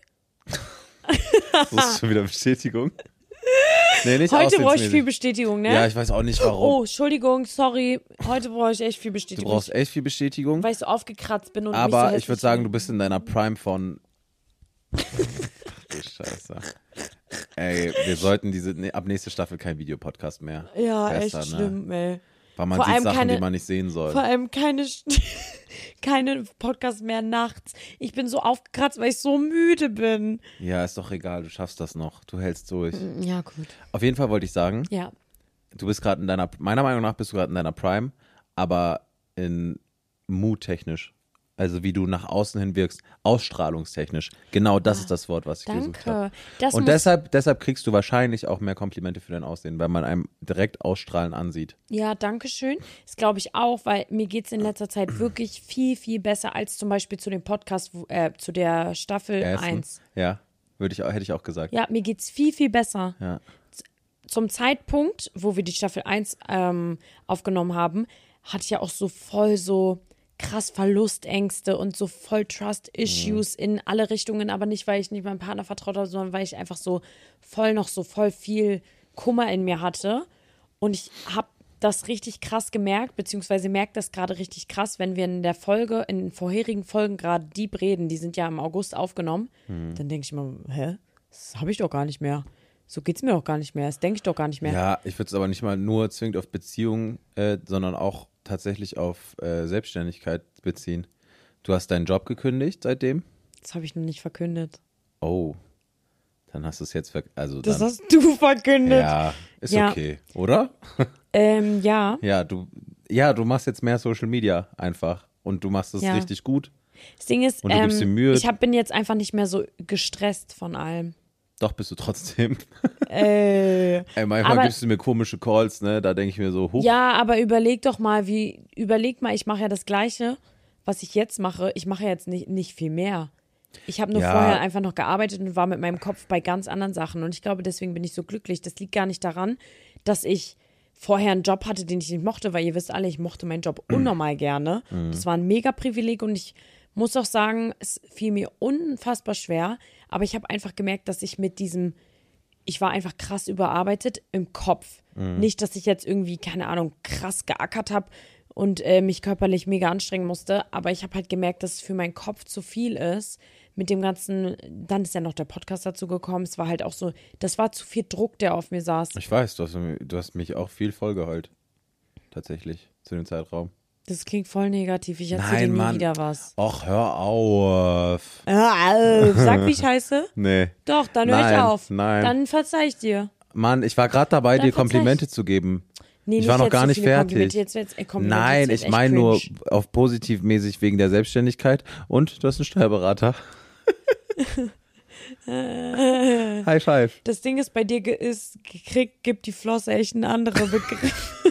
Das ist schon wieder Bestätigung. Nee, nicht Heute brauche ich aussehensmäßig. viel Bestätigung, ne? Ja, ich weiß auch nicht warum. Oh, Entschuldigung, sorry. Heute brauche ich echt viel Du Bestätigung. brauchst echt viel Bestätigung. Weil ich so aufgekratzt bin und mich so Aber hässlich ich würde sagen, du finde. bist in deiner Prime von. Ach du Scheiße. Ey, wir sollten diese. Nee, ab nächste Staffel kein Videopodcast mehr. Ja, Besser, echt ne? schlimm, ey. Weil man Vor sieht allem Sachen, keine- die man nicht sehen soll. Vor allem keine, keine Podcasts mehr nachts. Ich bin so aufgekratzt, weil ich so müde bin. Ja, ist doch egal, du schaffst das noch. Du hältst durch. Ja, gut. Auf jeden Fall wollte ich sagen, Ja. du bist gerade in deiner. Meiner Meinung nach bist du gerade in deiner Prime, aber in Mood-technisch. Also wie du nach außen hin wirkst, ausstrahlungstechnisch. Genau das ist das Wort, was ich gesucht habe. Danke. Das Und muss, deshalb, deshalb kriegst du wahrscheinlich auch mehr Komplimente für dein Aussehen, weil man einem direkt ausstrahlen ansieht. ja, danke schön. Das glaube ich auch, weil mir geht es in letzter Zeit wirklich viel, viel besser als zum Beispiel zu dem Podcast, wo- äh, zu der Staffel Essen. eins. Ja, würde ich auch, hätte ich auch gesagt. Ja, mir geht es viel, viel besser. Ja. Zum Zeitpunkt, wo wir die Staffel eins ähm, aufgenommen haben, hatte ich ja auch so voll so krass Verlustängste und so voll Trust-Issues Mhm. in alle Richtungen, aber nicht, weil ich nicht meinem Partner vertraut habe, sondern weil ich einfach so voll noch so voll viel Kummer in mir hatte. Und ich habe das richtig krass gemerkt, beziehungsweise merkt das gerade richtig krass, wenn wir in der Folge, in den vorherigen Folgen gerade die reden, die sind ja im August aufgenommen, Mhm. dann denke ich mir, hä? Das habe ich doch gar nicht mehr. So geht's mir doch gar nicht mehr. Das denke ich doch gar nicht mehr. Ja, ich würde es aber nicht mal nur zwingend auf Beziehungen, äh, sondern auch tatsächlich auf äh, Selbstständigkeit beziehen. Du hast deinen Job gekündigt seitdem? Das habe ich noch nicht verkündet. Oh, dann hast du es jetzt, ver also Das dann, hast du verkündet. ja, ist Ja. okay, oder? Ähm, ja. Ja, du, ja, du machst jetzt mehr Social Media einfach und du machst es Ja. richtig gut. Das Ding ist, Und du gibst dir ähm, Mühe. ich hab, bin jetzt einfach nicht mehr so gestresst von allem. Doch bist du trotzdem. Äh, Ey, manchmal Aber- gibst du mir komische Calls, ne? Da denke ich mir so, huch. ja, aber überleg doch mal, wie, überleg mal, ich mache ja das Gleiche, was ich jetzt mache. Ich mache ja jetzt nicht, nicht viel mehr. Ich habe nur Ja. vorher einfach noch gearbeitet und war mit meinem Kopf bei ganz anderen Sachen. Und ich glaube, deswegen bin ich so glücklich. Das liegt gar nicht daran, dass ich vorher einen Job hatte, den ich nicht mochte, weil ihr wisst alle, ich mochte meinen Job unnormal gerne. Das war ein mega Privileg und ich muss auch sagen, es fiel mir unfassbar schwer, aber ich habe einfach gemerkt, dass ich mit diesem, ich war einfach krass überarbeitet im Kopf. Nicht, dass ich jetzt irgendwie, keine Ahnung, krass geackert habe und äh, mich körperlich mega anstrengen musste, aber ich habe halt gemerkt, dass es für meinen Kopf zu viel ist. Mit dem ganzen, dann ist ja noch der Podcast dazu gekommen, es war halt auch so, das war zu viel Druck, der auf mir saß. Ich weiß, du hast, du hast mich auch viel vollgeheult. Tatsächlich, zu dem Zeitraum. Das klingt voll negativ, ich erzähle Nein, dir nie Mann. wieder was. Och, hör auf. Hör auf, sag, wie ich heiße. Nee. Doch, dann höre ich Nein, auf. nein. Dann verzeih ich dir. Mann, ich war gerade dabei, Dann dir verzeih Komplimente ich. zu geben. Nee, Ich war noch jetzt gar so nicht viele fertig. Komplimente, Jetzt, wird's- ey, Komplimente, Nein, jetzt ich wird's meine echt nur cringe. auf positivmäßig wegen der Selbstständigkeit. Und du hast einen Steuerberater. High five. Das Ding ist, bei dir ge- ist, gekriegt, gibt die Flosse echt einen anderen Begriff.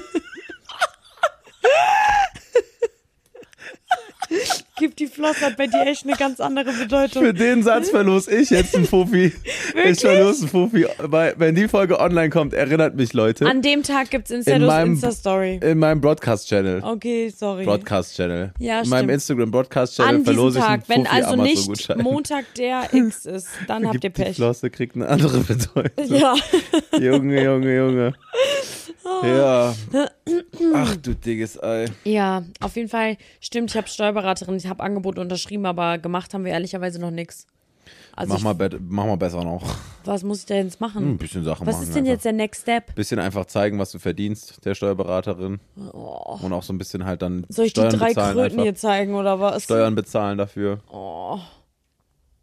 Gibt die Flosse hat bei dir echt eine ganz andere Bedeutung. Für den Satz verlos ich jetzt einen Fuffi. Ich verlos einen Fuffi. Weil, wenn die Folge online kommt, erinnert mich, Leute, An dem Tag gibt's in Insta-Dos meinem, Insta-Story. in meinem Broadcast-Channel. Okay, sorry. Broadcast-Channel. Ja, in meinem stimmt. Instagram-Broadcast-Channel An diesem verlose ich einen Tag, wenn Fuffi also nicht Amazon-Gutschein. Montag der X ist, dann habt ihr Gibt die Pech. Flosse kriegt eine andere Bedeutung. Ja. Junge, Junge, Junge. Ja. Ach du dickes Ei. Ja, auf jeden Fall stimmt, ich habe Steuerberaterin, ich habe Angebote unterschrieben, aber gemacht haben wir ehrlicherweise noch nichts. Also Mach ich, mal, bet- mach mal besser noch. was muss ich denn jetzt machen? Ein bisschen Sachen was machen. ist denn einfach. jetzt der Next Step? Bisschen einfach zeigen, was du verdienst, der Steuerberaterin. Und auch so ein bisschen halt dann Soll ich Steuern die drei bezahlen Kröten einfach. hier zeigen oder was? Steuern bezahlen dafür. Oh,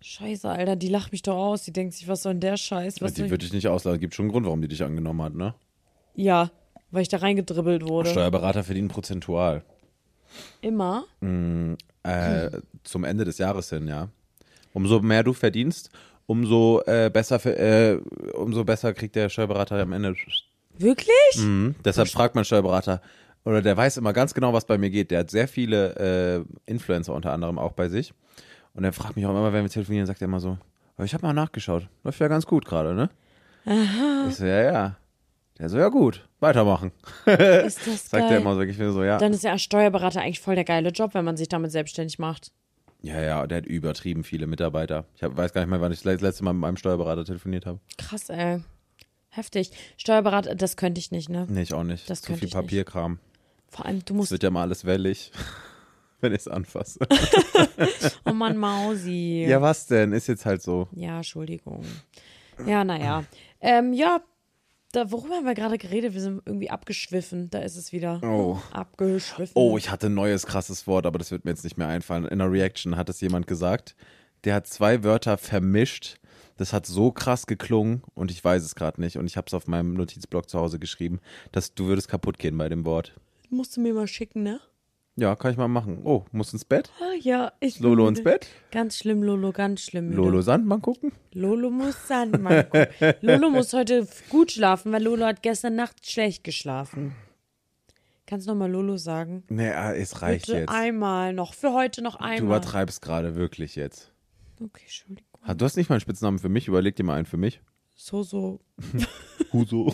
Scheiße, Alter, die lacht mich doch aus. Die denkt sich, was soll denn der Scheiß? Was Die soll würde ich nicht auslassen. Gibt schon einen Grund, warum die dich angenommen hat, ne? ich... Ja, weil ich da reingedribbelt wurde. Steuerberater verdienen prozentual. Immer? Äh, zum Ende des Jahres hin, ja. Umso mehr du verdienst, umso äh, besser für, äh, umso besser kriegt der Steuerberater am Ende. Wirklich? Mhm. Deshalb fragt man Steuerberater, oder der weiß immer ganz genau, was bei mir geht. Der hat sehr viele äh, Influencer unter anderem auch bei sich. Und er fragt mich auch immer, wenn wir telefonieren, sagt er immer so, ich habe mal nachgeschaut. Läuft ja ganz gut gerade, ne? Aha. Ich so, ja, ja. Der so, ja gut, weitermachen. Ist das Sagt geil? er immer so, ich bin so, ja. Dann ist ja als Steuerberater eigentlich voll der geile Job, wenn man sich damit selbstständig macht. Ja, ja, der hat übertrieben viele Mitarbeiter. Ich hab, weiß gar nicht mehr, wann ich das letzte Mal mit meinem Steuerberater telefoniert habe. Krass, ey. Heftig. Steuerberater, das könnte ich nicht, ne? Nee, ich auch nicht. Das Zu könnte viel ich nicht. Papierkram. Vor allem, du Es musst... wird ja mal alles wellig, wenn ich es anfasse. Oh Mann, Mausi. Ja, was denn? Ist jetzt halt so. Ja, Entschuldigung. Ja, naja. Ähm, ja, da, worüber haben wir gerade geredet? Wir sind irgendwie abgeschwiffen. Da ist es wieder. Oh. Abgeschwiffen. Oh, ich hatte ein neues krasses Wort, aber das wird mir jetzt nicht mehr einfallen. In einer Reaction hat es jemand gesagt, der hat zwei Wörter vermischt. Das hat so krass geklungen und ich weiß es gerade nicht. Und ich habe es auf meinem Notizblock zu Hause geschrieben, dass du würdest kaputt gehen bei dem Wort. Musst du mir mal schicken, ne? Ja, kann ich mal machen. Oh, musst ins Bett? Ah, ja, ich bin Lolo ins müde. Bett? Ganz schlimm, Lolo, ganz schlimm. müde. Lolo Sandmann gucken? Lolo muss Sandmann gucken. Lolo muss heute gut schlafen, weil Lolo hat gestern Nacht schlecht geschlafen. Kannst du nochmal Lolo sagen? Nee, ah, es reicht Bitte jetzt. einmal noch. Für heute noch Du einmal. übertreibst gerade wirklich jetzt. Okay, Entschuldigung. Ha, Du hast nicht mal einen Spitznamen für mich, überleg dir mal einen für mich. So, so. Huso.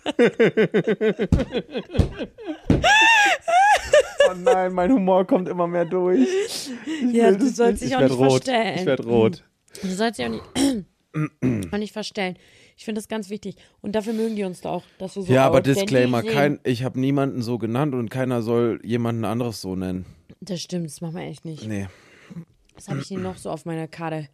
Oh nein, mein Humor kommt immer mehr durch. Ich Ja, will du das sollst nicht. dich Ich auch werd nicht rot. verstellen. Ich werde rot. Du sollst dich auch nicht, auch nicht verstellen. Ich finde das ganz wichtig. Und dafür mögen die uns doch auch, dass wir so Ja, aber authentisch Disclaimer, sind. kein, ich habe niemanden so genannt und keiner soll jemanden anderes so nennen. Das stimmt, das machen wir echt nicht. Nee. Was habe ich denn noch so auf meiner Karte?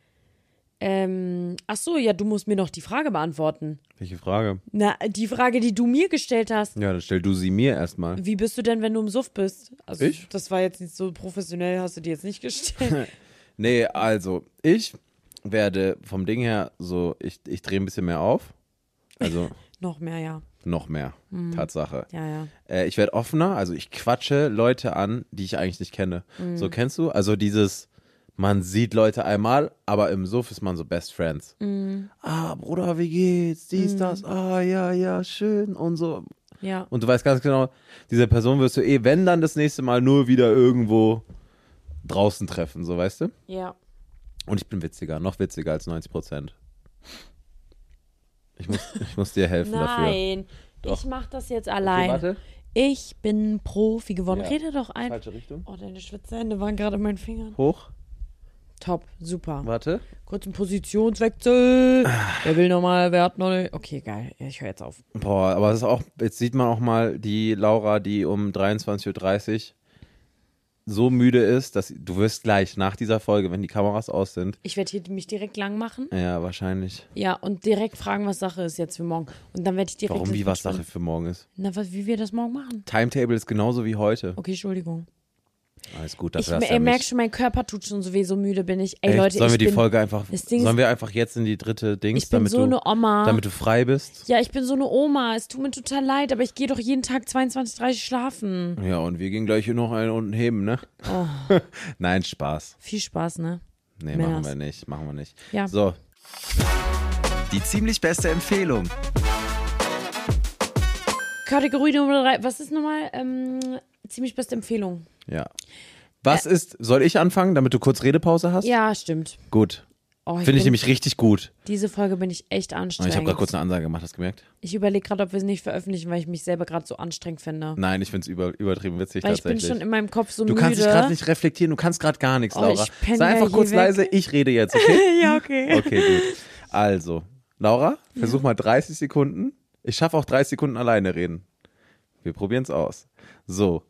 Ähm, ach so, ja, du musst mir noch die Frage beantworten. Welche Frage? Na, die Frage, die du mir gestellt hast. Ja, dann stell du sie mir erstmal. Wie bist du denn, wenn du im Suff bist? Also, Ich? das war jetzt nicht so professionell, hast du die jetzt nicht gestellt. Nee, also, ich werde vom Ding her so, ich, ich drehe ein bisschen mehr auf. Also, Noch mehr, ja. noch mehr. Tatsache. Ja, ja. Äh, ich werde offener, also ich quatsche Leute an, die ich eigentlich nicht kenne. So kennst du? Also dieses, man sieht Leute einmal, aber im Suff ist man so Best Friends. Ah, Bruder, wie geht's? Dies, das, ah, ja, ja, schön und so. Ja. Und du weißt ganz genau, diese Person wirst du eh, wenn dann das nächste Mal nur wieder irgendwo draußen treffen, so weißt du? Ja. Und ich bin witziger, noch witziger als neunzig Prozent. Ich muss, ich muss dir helfen dafür. Nein, Doch. ich mach das jetzt Okay, allein. warte. Ich bin Profi geworden. Ja. Rede doch ein. Falsche Richtung. Oh, deine Schwitzhände waren gerade in meinen Fingern. Hoch. Top, super. Warte. Kurzen Positionswechsel. Wer will nochmal, wer hat noch eine... Okay, geil. Ja, ich höre jetzt auf. Boah, aber das ist auch, jetzt sieht man auch mal die Laura, die um dreiundzwanzig Uhr dreißig so müde ist, dass du wirst gleich nach dieser Folge, wenn die Kameras aus sind, Ich werde hier mich direkt lang machen. ja, wahrscheinlich. Ja, und direkt fragen, was Sache ist jetzt für morgen. Und dann werde ich direkt... Warum, wie was Sache für morgen ist? Na, was, wie wir das morgen machen. Timetable ist genauso wie heute. Okay, Entschuldigung. Alles gut, Ich dafür hast du mer- ja merke mich. schon, mein Körper tut schon so weh, so müde bin ich. Ey, Echt? Leute, sollen ich wir die bin, Folge einfach, das Ding sollen ist- wir einfach jetzt in die dritte Dings, ich bin damit so du, eine Oma. damit du frei bist? Ja, ich bin so eine Oma. Es tut mir total leid, aber ich gehe doch jeden Tag zweiundzwanzig, dreißig schlafen. Ja, und wir gehen gleich hier noch einen unten heben, ne? Oh, Nein, Spaß. viel Spaß, ne? Nee, Männers. machen wir nicht, machen wir nicht. Ja. So, Die ziemlich beste Empfehlung. Kategorie Nummer drei. Was ist nochmal? Ähm, ziemlich beste Empfehlung. ja. Was ist, soll ich anfangen, damit du kurz Redepause hast? Ja, stimmt. Gut. Oh, Finde ich bin- nämlich richtig gut. Diese Folge bin ich echt Ich anstrengend. habe gerade kurz eine Ansage gemacht, hast du gemerkt? Ich überlege gerade, ob wir es nicht veröffentlichen, weil ich mich selber gerade so anstrengend finde. Nein, ich finde es über, übertrieben witzig Weil ich bin tatsächlich. schon in meinem Kopf so du müde. kannst dich gerade nicht reflektieren, du kannst gerade gar nichts, Oh, Laura. ich penne Sei einfach gleich kurz hier weg. leise, ich rede jetzt, okay? Ja, okay. Okay, gut. Also, Laura, versuch mal dreißig Sekunden. Ich schaffe auch dreißig Sekunden alleine reden. Wir probieren es aus. So,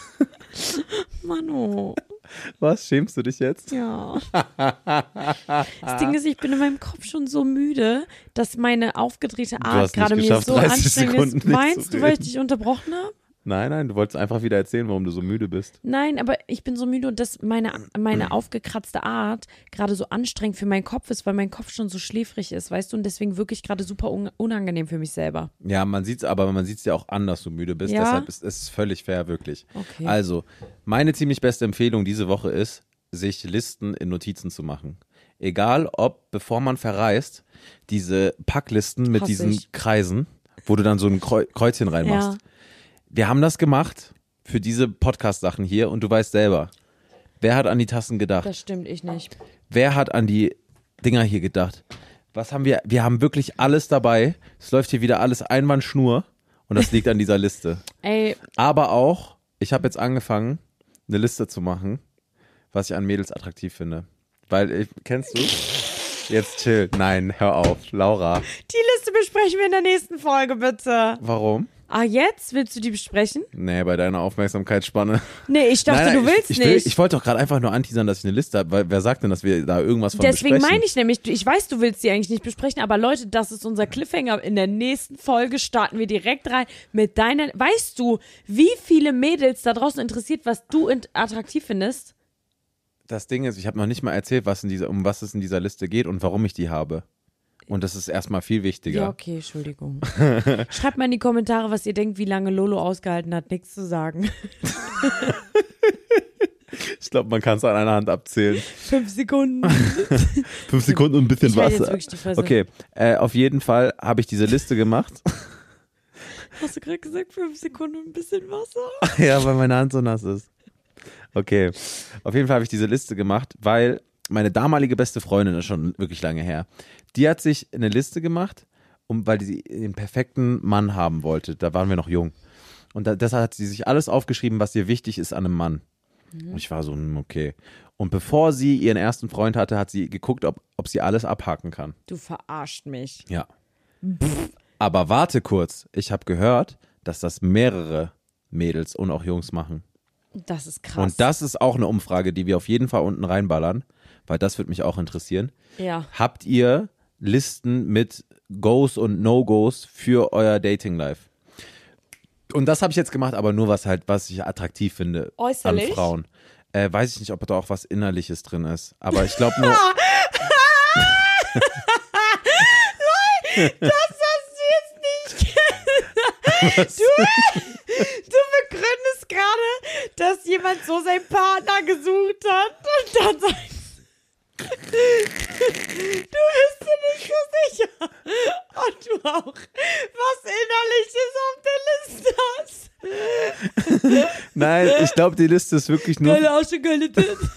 Manu. was, schämst du dich jetzt? Ja. Das Ding ist, ich bin in meinem Kopf schon so müde, dass meine aufgedrehte Art hast nicht gerade mir geschafft, so dreißig anstrengend Sekunden ist. nicht Meinst zu du, weil ich reden. dich unterbrochen habe? Nein, nein, du wolltest einfach wieder erzählen, warum du so müde bist. Nein, aber ich bin so müde und dass meine, meine aufgekratzte Art gerade so anstrengend für meinen Kopf ist, weil mein Kopf schon so schläfrig ist, weißt du, und deswegen wirklich gerade super un- unangenehm für mich selber. Ja, man sieht's, aber man sieht's ja auch an, dass du müde bist. Ja? Deshalb ist es völlig fair, wirklich. Okay. Also, meine ziemlich beste Empfehlung diese Woche ist, sich Listen in Notizen zu machen. Egal ob, bevor man verreist, diese Packlisten mit Hass diesen ich. Kreisen, wo du dann so ein Kreu- Kreuzchen reinmachst. Ja. Wir haben das gemacht für diese Podcast-Sachen hier und du weißt selber, wer hat an die Tassen gedacht? Das stimmt, ich nicht. Wer hat an die Dinger hier gedacht? Was haben wir? Wir haben wirklich alles dabei. Es läuft hier wieder alles Einbahnschnur und das liegt an dieser Liste. Ey, Aber auch, ich habe jetzt angefangen, eine Liste zu machen, was ich an Mädels attraktiv finde. Weil, ich, kennst du? Jetzt chill. Nein, hör auf. Laura. die Liste besprechen wir in der nächsten Folge, bitte. Warum? Ah, jetzt? Willst du die besprechen? Nee, bei deiner Aufmerksamkeitsspanne. Nee, ich dachte, Nein, nein, du willst ich, ich nicht. Will, ich wollte doch gerade einfach nur anteasern, dass ich eine Liste habe, weil wer sagt denn, dass wir da irgendwas von Deswegen besprechen? meine ich nämlich, ich weiß, du willst die eigentlich nicht besprechen, aber Leute, das ist unser Cliffhanger. In der nächsten Folge starten wir direkt rein mit deiner. Weißt du, wie viele Mädels da draußen interessiert, was du in, attraktiv findest? Das Ding ist, ich habe noch nicht mal erzählt, was in dieser, um was es in dieser Liste geht und warum ich die habe. Und das ist erstmal viel wichtiger. Ja, okay, Entschuldigung. Schreibt mal in die Kommentare, was ihr denkt, wie lange Lolo ausgehalten hat, nichts zu sagen. Ich glaube, man kann es an einer Hand abzählen. Fünf Sekunden. Fünf Sekunden und ein bisschen Ich halte jetzt Wasser. wirklich die Fresse. Okay, äh, auf jeden Fall habe ich diese Liste gemacht. Hast du gerade gesagt, fünf Sekunden und ein bisschen Wasser? Ja, weil meine Hand so nass ist. Okay, auf jeden Fall habe ich diese Liste gemacht, weil meine damalige beste Freundin, ist schon wirklich lange her, die hat sich eine Liste gemacht, um, weil sie den perfekten Mann haben wollte. Da waren wir noch jung. Und da, deshalb hat sie sich alles aufgeschrieben, was ihr wichtig ist an einem Mann. Und ich war so, hm, okay. Und bevor sie ihren ersten Freund hatte, hat sie geguckt, ob, ob sie alles abhaken kann. Du verarscht mich. Ja. Aber warte kurz, ich habe gehört, dass das mehrere Mädels und auch Jungs machen. Das ist krass. Und das ist auch eine Umfrage, die wir auf jeden Fall unten reinballern, weil das würde mich auch interessieren. Ja. Habt ihr Listen mit Goes und No-Goes für euer Dating-Life? Und das habe ich jetzt gemacht, aber nur was halt, was ich attraktiv finde Äußerlich? an Frauen. Äh, weiß ich nicht, ob da auch was Innerliches drin ist. Aber ich glaube nur. Das hast du jetzt nicht gesagt. Du, du begründest gerade, dass jemand so seinen Partner gesucht hat und dann sagt, du bist dir nicht so sicher. Und du auch, was Innerliches auf der Liste hast. Nein, ich glaube, die Liste ist wirklich nur. Geile Arsch und geile Titten.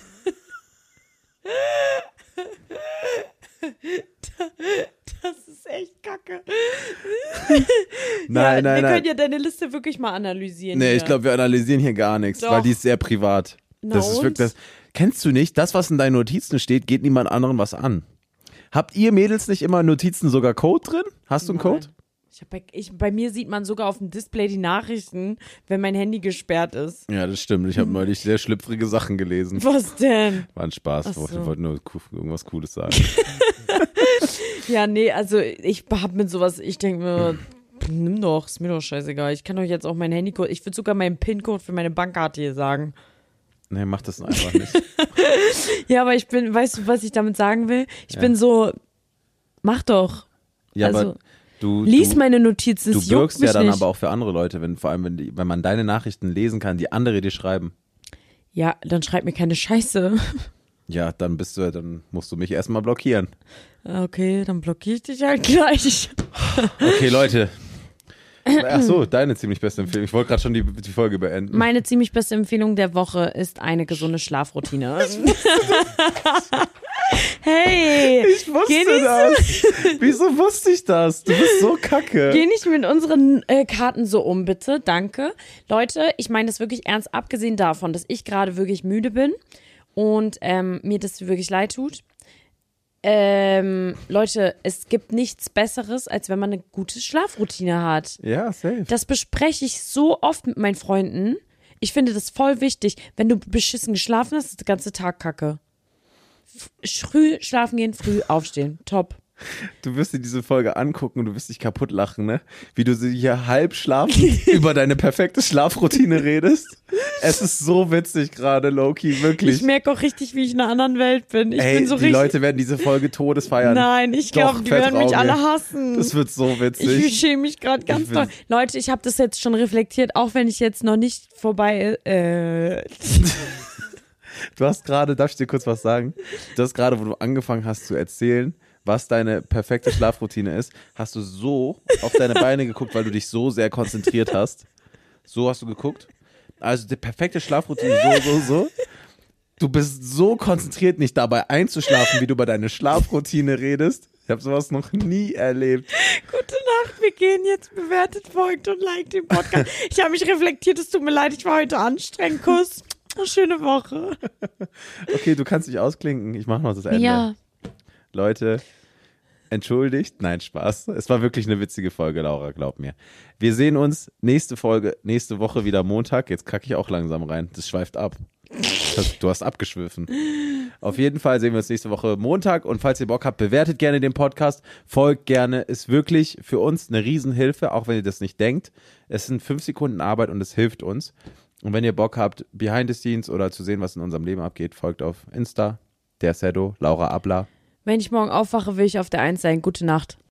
Das ist echt kacke. Nein, ja, nein, wir nein. können ja deine Liste wirklich mal analysieren. Nee, hier. ich glaube, wir analysieren hier gar nichts, Doch. weil die ist sehr privat. Na das ist und? wirklich das. Kennst du nicht, das, was in deinen Notizen steht, geht niemand anderen was an. Habt ihr Mädels nicht immer in Notizen sogar Code drin? Hast du einen Nein. Code? Ich hab bei, ich, bei mir sieht man sogar auf dem Display die Nachrichten, wenn mein Handy gesperrt ist. Ja, das stimmt. Ich habe neulich sehr schlüpfrige Sachen gelesen. Was denn? War ein Spaß. Ach Ich wollte so. wollte nur co- irgendwas Cooles sagen. Ja, nee, also ich hab mit sowas, ich denke mir, nimm doch, ist mir doch scheißegal. Ich kann doch jetzt auch mein Handycode, ich würde sogar meinen PIN-Code für meine Bankkarte hier sagen. Nee, mach das einfach nicht. Ja, aber ich bin, weißt du, was ich damit sagen will? Ich Ja. bin so, mach doch. Ja, Also, aber du, Lies du, meine Notizen, du es juckt wirkst mich ja dann nicht. aber auch für andere Leute, wenn vor allem, wenn, die, wenn man deine Nachrichten lesen kann, die andere dir schreiben. Ja, dann schreib mir keine Scheiße. Ja, dann bist du, dann musst du mich erstmal blockieren. Okay, dann blockiere ich dich halt gleich. Okay, Leute. Ach so, deine ziemlich beste Empfehlung. Ich wollte gerade schon die, die Folge beenden. Meine ziemlich beste Empfehlung der Woche ist eine gesunde Schlafroutine. Hey, Ich wusste geh nicht das. Wieso wusste ich das? Du bist so kacke. Geh nicht mit unseren äh, Karten so um, bitte. Danke. Leute, ich meine das wirklich ernst, abgesehen davon, dass ich gerade wirklich müde bin und ähm, mir das wirklich leid tut. Ähm, Leute, es gibt nichts Besseres, als wenn man eine gute Schlafroutine hat. Ja, safe. Das bespreche ich so oft mit meinen Freunden. Ich finde das voll wichtig. Wenn du beschissen geschlafen hast, ist der ganze Tag kacke. F- Früh schlafen gehen, früh aufstehen. Top. Du wirst dir diese Folge angucken und du wirst dich kaputt lachen, ne? Wie du hier halb schlafend über deine perfekte Schlafroutine redest. Es ist so witzig gerade, Loki, wirklich. Ich merke auch richtig, wie ich in einer anderen Welt bin. Ich Ey, bin so die richtig. Leute werden diese Folge todesfeiern. Nein, ich Doch, glaube, die werden mich vertrau alle mir. hassen. Das wird so witzig. Ich schäme mich gerade ganz Ich doll. find's- Leute, ich habe das jetzt schon reflektiert, auch wenn ich jetzt noch nicht vorbei. Äh, Du hast gerade, darf ich dir kurz was sagen? Du hast gerade, wo du angefangen hast zu erzählen, was deine perfekte Schlafroutine ist, hast du so auf deine Beine geguckt, weil du dich so sehr konzentriert hast. So hast du geguckt. Also die perfekte Schlafroutine, so, so, so. Du bist so konzentriert, nicht dabei einzuschlafen, wie du über deine Schlafroutine redest. Ich habe sowas noch nie erlebt. Gute Nacht, wir gehen jetzt. Bewertet, folgt und liked den Podcast. Ich habe mich reflektiert, es tut mir leid, ich war heute anstrengend. Kuss. Eine schöne Woche. Okay, du kannst dich ausklinken. Ich mache noch das Ende. Ja. Leute, entschuldigt. Nein, Spaß. Es war wirklich eine witzige Folge, Laura, glaub mir. Wir sehen uns nächste Folge, nächste Woche wieder Montag. Jetzt kacke ich auch langsam rein. Das schweift ab. Das, du hast abgeschwiffen. Auf jeden Fall sehen wir uns nächste Woche Montag. Und falls ihr Bock habt, bewertet gerne den Podcast. Folgt gerne. Ist wirklich für uns eine Riesenhilfe, auch wenn ihr das nicht denkt. Es sind fünf Sekunden Arbeit und es hilft uns. Und wenn ihr Bock habt, behind the scenes oder zu sehen, was in unserem Leben abgeht, folgt auf Insta, der Sedo, Laura Abla. Wenn ich morgen aufwache, will ich auf der Eins sein. Gute Nacht.